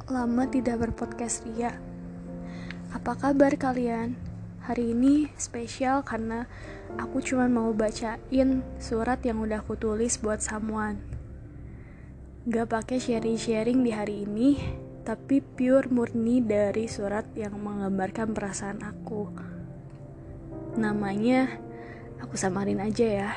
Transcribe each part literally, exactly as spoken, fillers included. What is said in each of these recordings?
Lama tidak berpodcast Ria. Apa kabar kalian? Hari ini spesial karena aku cuma mau bacain surat yang udah aku tulis buat someone. Gak pakai sharing-sharing di hari ini, tapi pure murni dari surat yang menggambarkan perasaan aku. Namanya aku samarin aja ya.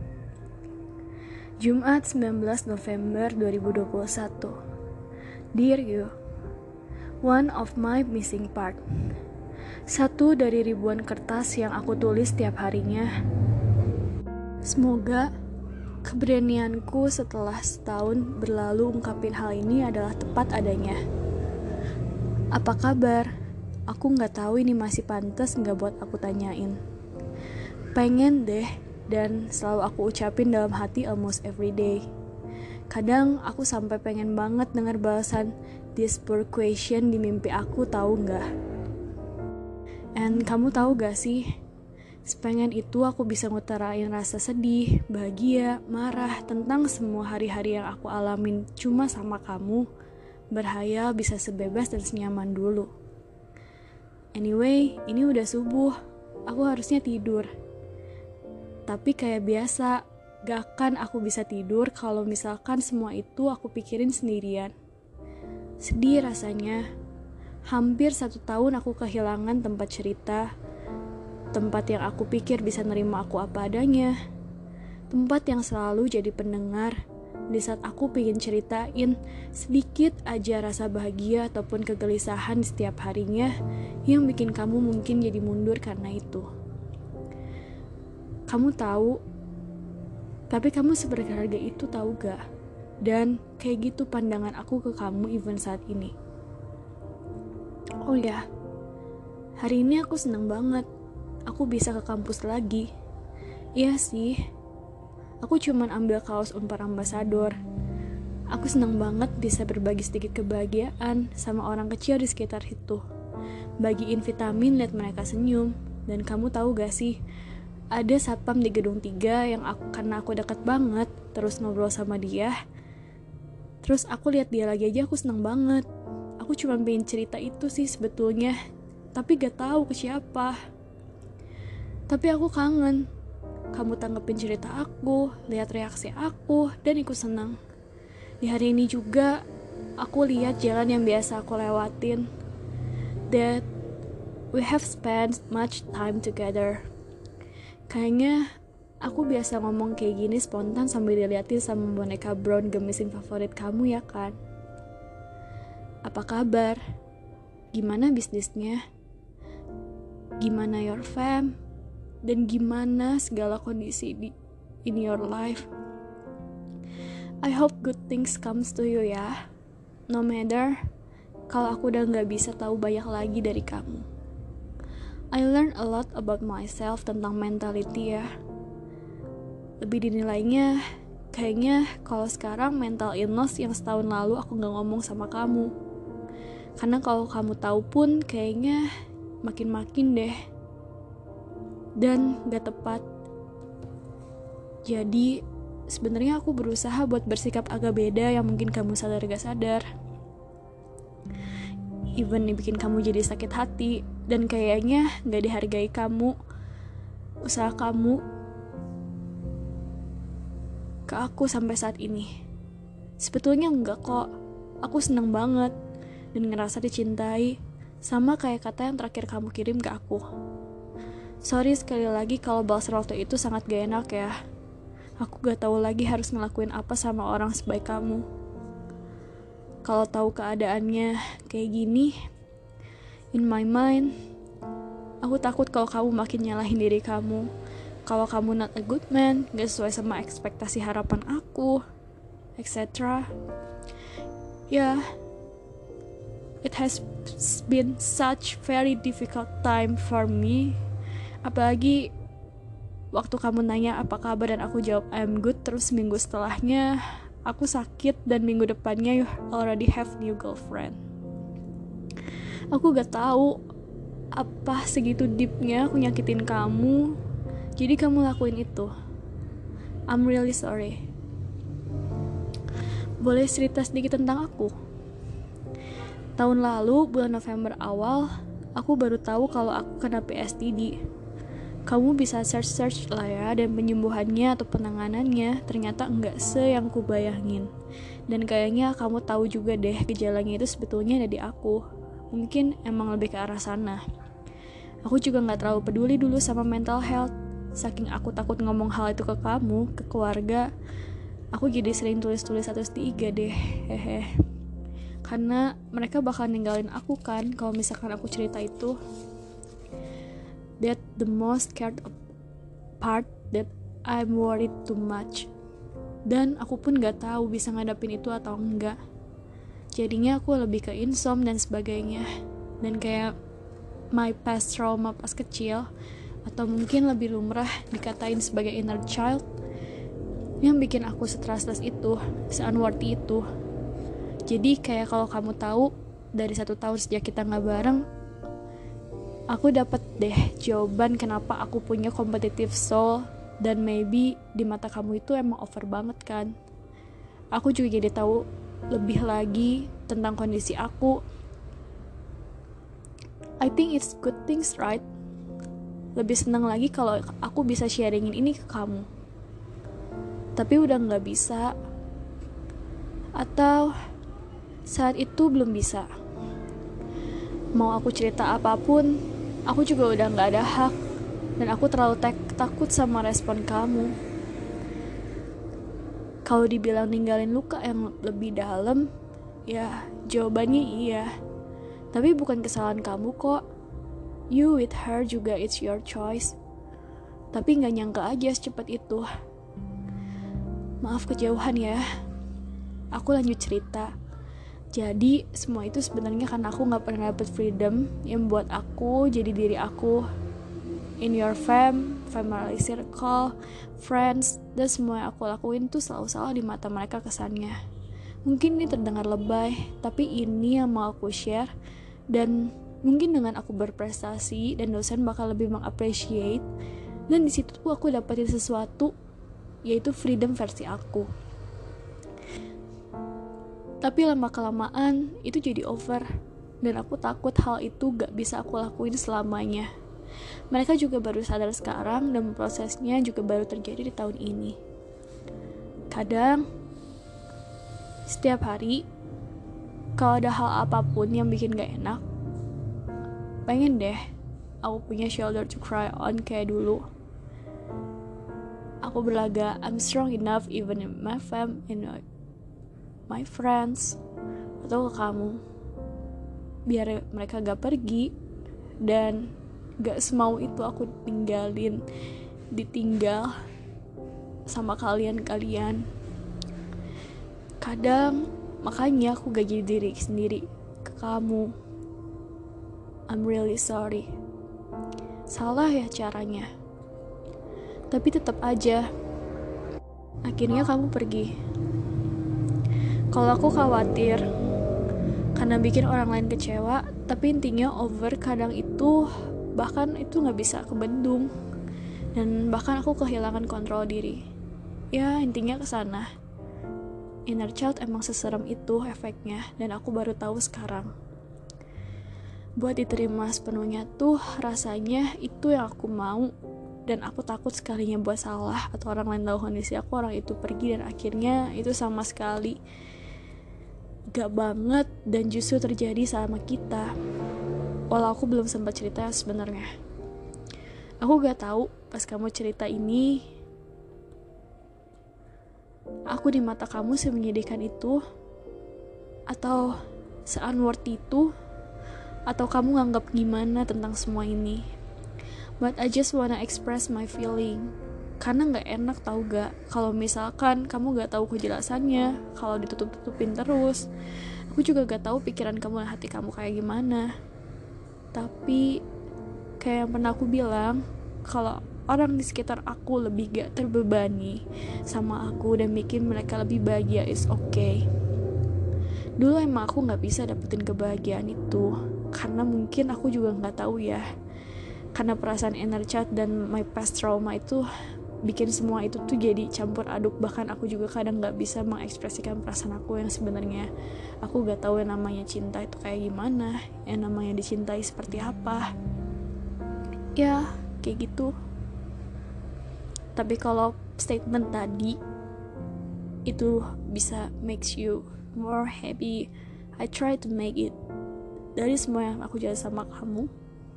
Jumat sembilan belas November dua ribu dua puluh satu. Dear you, one of my missing part. Satu dari ribuan kertas yang aku tulis setiap harinya. Semoga keberanianku setelah setahun berlalu ungkapin hal ini adalah tepat adanya. Apa kabar? Aku gak tahu ini masih pantas gak buat aku tanyain. Pengen deh, dan selalu aku ucapin dalam hati almost every day. Kadang aku sampai pengen banget dengar balasan this poor question di mimpi aku, tahu nggak? And kamu tahu gak sih? Sepengen itu aku bisa ngutarain rasa sedih, bahagia, marah tentang semua hari-hari yang aku alamin cuma sama kamu. Berhayal bisa sebebas dan senyaman dulu. Anyway, ini udah subuh. Aku harusnya tidur. Tapi kayak biasa, gak akan aku bisa tidur kalau misalkan semua itu aku pikirin sendirian. Sedih rasanya. Hampir satu tahun aku kehilangan tempat cerita. Tempat yang aku pikir bisa nerima aku apa adanya. Tempat yang selalu jadi pendengar di saat aku pengen ceritain sedikit aja rasa bahagia ataupun kegelisahan setiap harinya yang bikin kamu mungkin jadi mundur karena itu. Kamu tahu, tapi kamu seberharga itu tahu gak? Dan kayak gitu pandangan aku ke kamu even saat ini. Oh ya, hari ini aku seneng banget. Aku bisa ke kampus lagi. Iya sih, aku cuman ambil kaos Unpar Ambasador. Aku seneng banget bisa berbagi sedikit kebahagiaan sama orang kecil di sekitar situ. Bagiin vitamin liat mereka senyum. Dan kamu tahu gak sih, ada satpam di gedung tiga yang aku, karena aku deket banget, terus ngobrol sama dia. Terus aku lihat dia lagi aja aku seneng banget. Aku cuma pengen cerita itu sih sebetulnya, tapi gak tahu ke siapa. Tapi aku kangen. Kamu tanggepin cerita aku, lihat reaksi aku, dan ikut senang. Di hari ini juga, aku lihat jalan yang biasa aku lewatin. That we have spent much time together. Kayaknya aku biasa ngomong kayak gini spontan sambil diliatin sama boneka brown gemisin favorit kamu ya kan? Apa kabar? Gimana bisnisnya? Gimana your fam? Dan gimana segala kondisi di in your life? I hope good things comes to you ya. No matter kalau aku udah gak bisa tahu banyak lagi dari kamu. I learned a lot about myself tentang mentality ya. Lebih dinilainya, kayaknya kalau sekarang mental illness yang setahun lalu aku gak ngomong sama kamu. Karena kalau kamu tahu pun kayaknya makin-makin deh. Dan gak tepat. Jadi sebenarnya aku berusaha buat bersikap agak beda yang mungkin kamu sadar gak sadar. Even bikin kamu jadi sakit hati. Dan kayaknya gak dihargai kamu, usaha kamu ke aku sampai saat ini. Sebetulnya enggak kok. Aku seneng banget dan ngerasa dicintai, sama kayak kata yang terakhir kamu kirim ke aku. Sorry sekali lagi kalau balas waktu itu sangat gak enak ya. Aku gak tahu lagi harus ngelakuin apa sama orang sebaik kamu. Kalau tahu keadaannya kayak gini, in my mind, aku takut kalau kamu makin nyalahin diri kamu. Kalau kamu not a good man, gak sesuai sama ekspektasi harapan aku, et cetera. Ya, yeah, it has been such very difficult time for me. Apalagi waktu kamu nanya apa kabar dan aku jawab I'm good, terus minggu setelahnya aku sakit dan minggu depannya you already have new girlfriend. Aku gak tahu apa segitu deepnya aku nyakitin kamu. Jadi kamu lakuin itu. I'm really sorry. Boleh cerita sedikit tentang aku? Tahun lalu, bulan November awal, aku baru tahu kalau aku kena P S T D. Kamu bisa search-search lah ya, dan penyembuhannya atau penanganannya ternyata enggak se yang ku bayangin. Dan kayaknya kamu tahu juga deh gejalanya itu sebetulnya ada di aku. Mungkin emang lebih ke arah sana. Aku juga gak terlalu peduli dulu sama mental health. Saking aku takut ngomong hal itu ke kamu, ke keluarga, aku jadi sering tulis-tulis status di I G deh, hehe. Karena mereka bakal ninggalin aku kan kalau misalkan aku cerita itu. That the most scared part that I'm worried too much. Dan aku pun gak tahu bisa ngadapin itu atau enggak. Jadinya aku lebih ke insom dan sebagainya. Dan kayak my past trauma pas kecil, atau mungkin lebih lumrah dikatain sebagai inner child, yang bikin aku stress-stress itu, se-unworthy itu. Jadi kayak kalau kamu tahu, dari satu tahun sejak kita gak bareng, aku dapat deh jawaban kenapa aku punya competitive soul. Dan maybe di mata kamu itu emang over banget kan. Aku juga jadi tahu lebih lagi tentang kondisi aku. I think it's good things, right? Lebih senang lagi kalau aku bisa sharingin ini ke kamu. Tapi udah gak bisa. Atau saat itu belum bisa. Mau aku cerita apapun, aku juga udah gak ada hak. Dan aku terlalu tak- takut sama respon kamu. Kalau dibilang ninggalin luka yang lebih dalam, ya jawabannya iya. Tapi bukan kesalahan kamu kok. You with her juga, it's your choice. Tapi gak nyangka aja secepat itu. Maaf kejauhan ya. Aku lanjut cerita. Jadi semua itu sebenarnya karena aku gak pernah dapet freedom yang buat aku jadi diri aku. In your fam, family circle, friends, dan semua yang aku lakuin tuh selalu salah di mata mereka kesannya. Mungkin ini terdengar lebay, tapi ini yang mau aku share. Dan mungkin dengan aku berprestasi dan dosen bakal lebih mengappreciate. Dan di situ tuh aku dapetin sesuatu, yaitu freedom versi aku. Tapi lama kelamaan itu jadi over. Dan aku takut hal itu gak bisa aku lakuin selamanya. Mereka juga baru sadar sekarang dan prosesnya juga baru terjadi di tahun ini. Kadang, setiap hari, kalau ada hal apapun yang bikin gak enak, pengen deh aku punya shoulder to cry on kayak dulu. Aku berlaga, I'm strong enough even in my fam, in my friends, atau ke kamu. Biar mereka gak pergi, dan gak semau itu aku tinggalin, ditinggal sama kalian-kalian. Kadang makanya aku gak jadi diri sendiri ke kamu. I'm really sorry. Salah ya caranya. Tapi tetap aja akhirnya kamu pergi. Kalau aku khawatir karena bikin orang lain kecewa, tapi intinya over kadang itu bahkan itu gak bisa kebendung. Dan bahkan aku kehilangan kontrol diri. Ya intinya kesana. Inner child emang seserem itu efeknya. Dan aku baru tahu sekarang. Buat diterima sepenuhnya tuh rasanya itu yang aku mau. Dan aku takut sekalinya buat salah atau orang lain tahu kondisi aku, orang itu pergi. Dan akhirnya itu sama sekali gak banget. Dan justru terjadi sama kita. Walau aku belum sempat cerita sebenarnya. Aku gak tahu pas kamu cerita ini, aku di mata kamu semenyedihkan itu, atau se-unworthy itu, atau kamu nganggap gimana tentang semua ini. But I just wanna express my feeling. Karena gak enak tau gak kalau misalkan kamu gak tahu kejelasannya, kalau ditutup-tutupin terus. Aku juga gak tahu pikiran kamu dan hati kamu kayak gimana. Tapi kayak yang pernah aku bilang, kalau orang di sekitar aku lebih gak terbebani sama aku dan bikin mereka lebih bahagia, is okay. Dulu emang aku gak bisa dapetin kebahagiaan itu, karena mungkin aku juga gak tahu ya, karena perasaan inner child dan my past trauma itu bikin semua itu tuh jadi campur aduk. Bahkan aku juga kadang gak bisa mengekspresikan perasaan aku yang sebenarnya. Aku gak tahu yang namanya cinta itu kayak gimana, yang namanya dicintai seperti apa. Ya kayak gitu. Tapi kalau statement tadi itu bisa makes you more happy, I try to make it. Dari semua yang aku jalan sama kamu,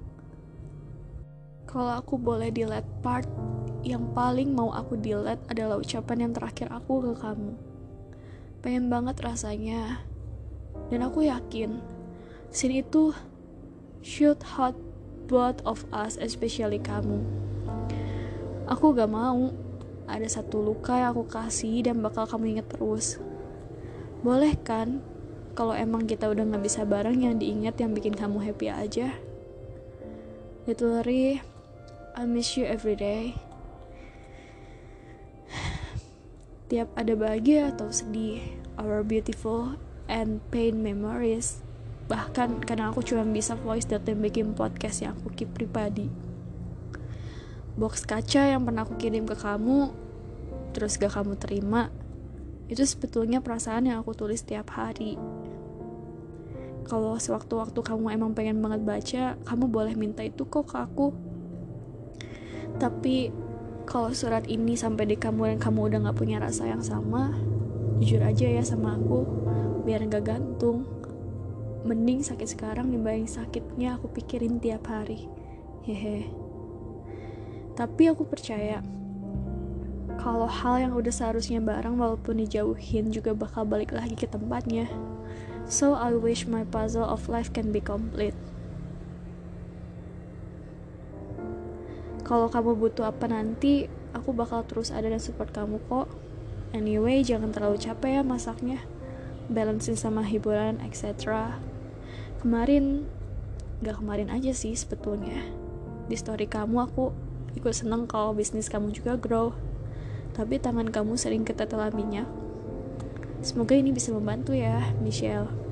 kalau aku boleh delete part, yang paling mau aku delete adalah ucapan yang terakhir aku ke kamu. Pengen banget rasanya. Dan aku yakin scene itu should hurt both of us, especially kamu. Aku gak mau ada satu luka yang aku kasih dan bakal kamu ingat terus. Boleh kan kalau emang kita udah gak bisa bareng, yang diingat yang bikin kamu happy aja. Literally I miss you every day. Tiap ada bahagia atau sedih, our beautiful and pain memories. Bahkan karena aku cuma bisa voice note dan bikin podcast yang aku keep pribadi. Box kaca yang pernah aku kirim ke kamu terus gak kamu terima, itu sebetulnya perasaan yang aku tulis tiap hari. Kalau sewaktu-waktu kamu emang pengen banget baca, kamu boleh minta itu kok ke aku. Tapi kalau surat ini sampai di kamu dan kamu udah gak punya rasa yang sama, jujur aja ya sama aku, biar gak gantung. Mending sakit sekarang dibanding sakitnya aku pikirin tiap hari. Hehe. Tapi aku percaya kalau hal yang udah seharusnya bareng walaupun dijauhin juga bakal balik lagi ke tempatnya. So I wish my puzzle of life can be complete. Kalau kamu butuh apa nanti, aku bakal terus ada dan support kamu kok. Anyway, jangan terlalu capek ya masaknya, balancein sama hiburan, et cetera. Kemarin, gak kemarin aja sih sebetulnya, di story kamu aku ikut seneng kalau bisnis kamu juga grow. Tapi tangan kamu sering ketetelan minyak. Semoga ini bisa membantu ya, Michelle.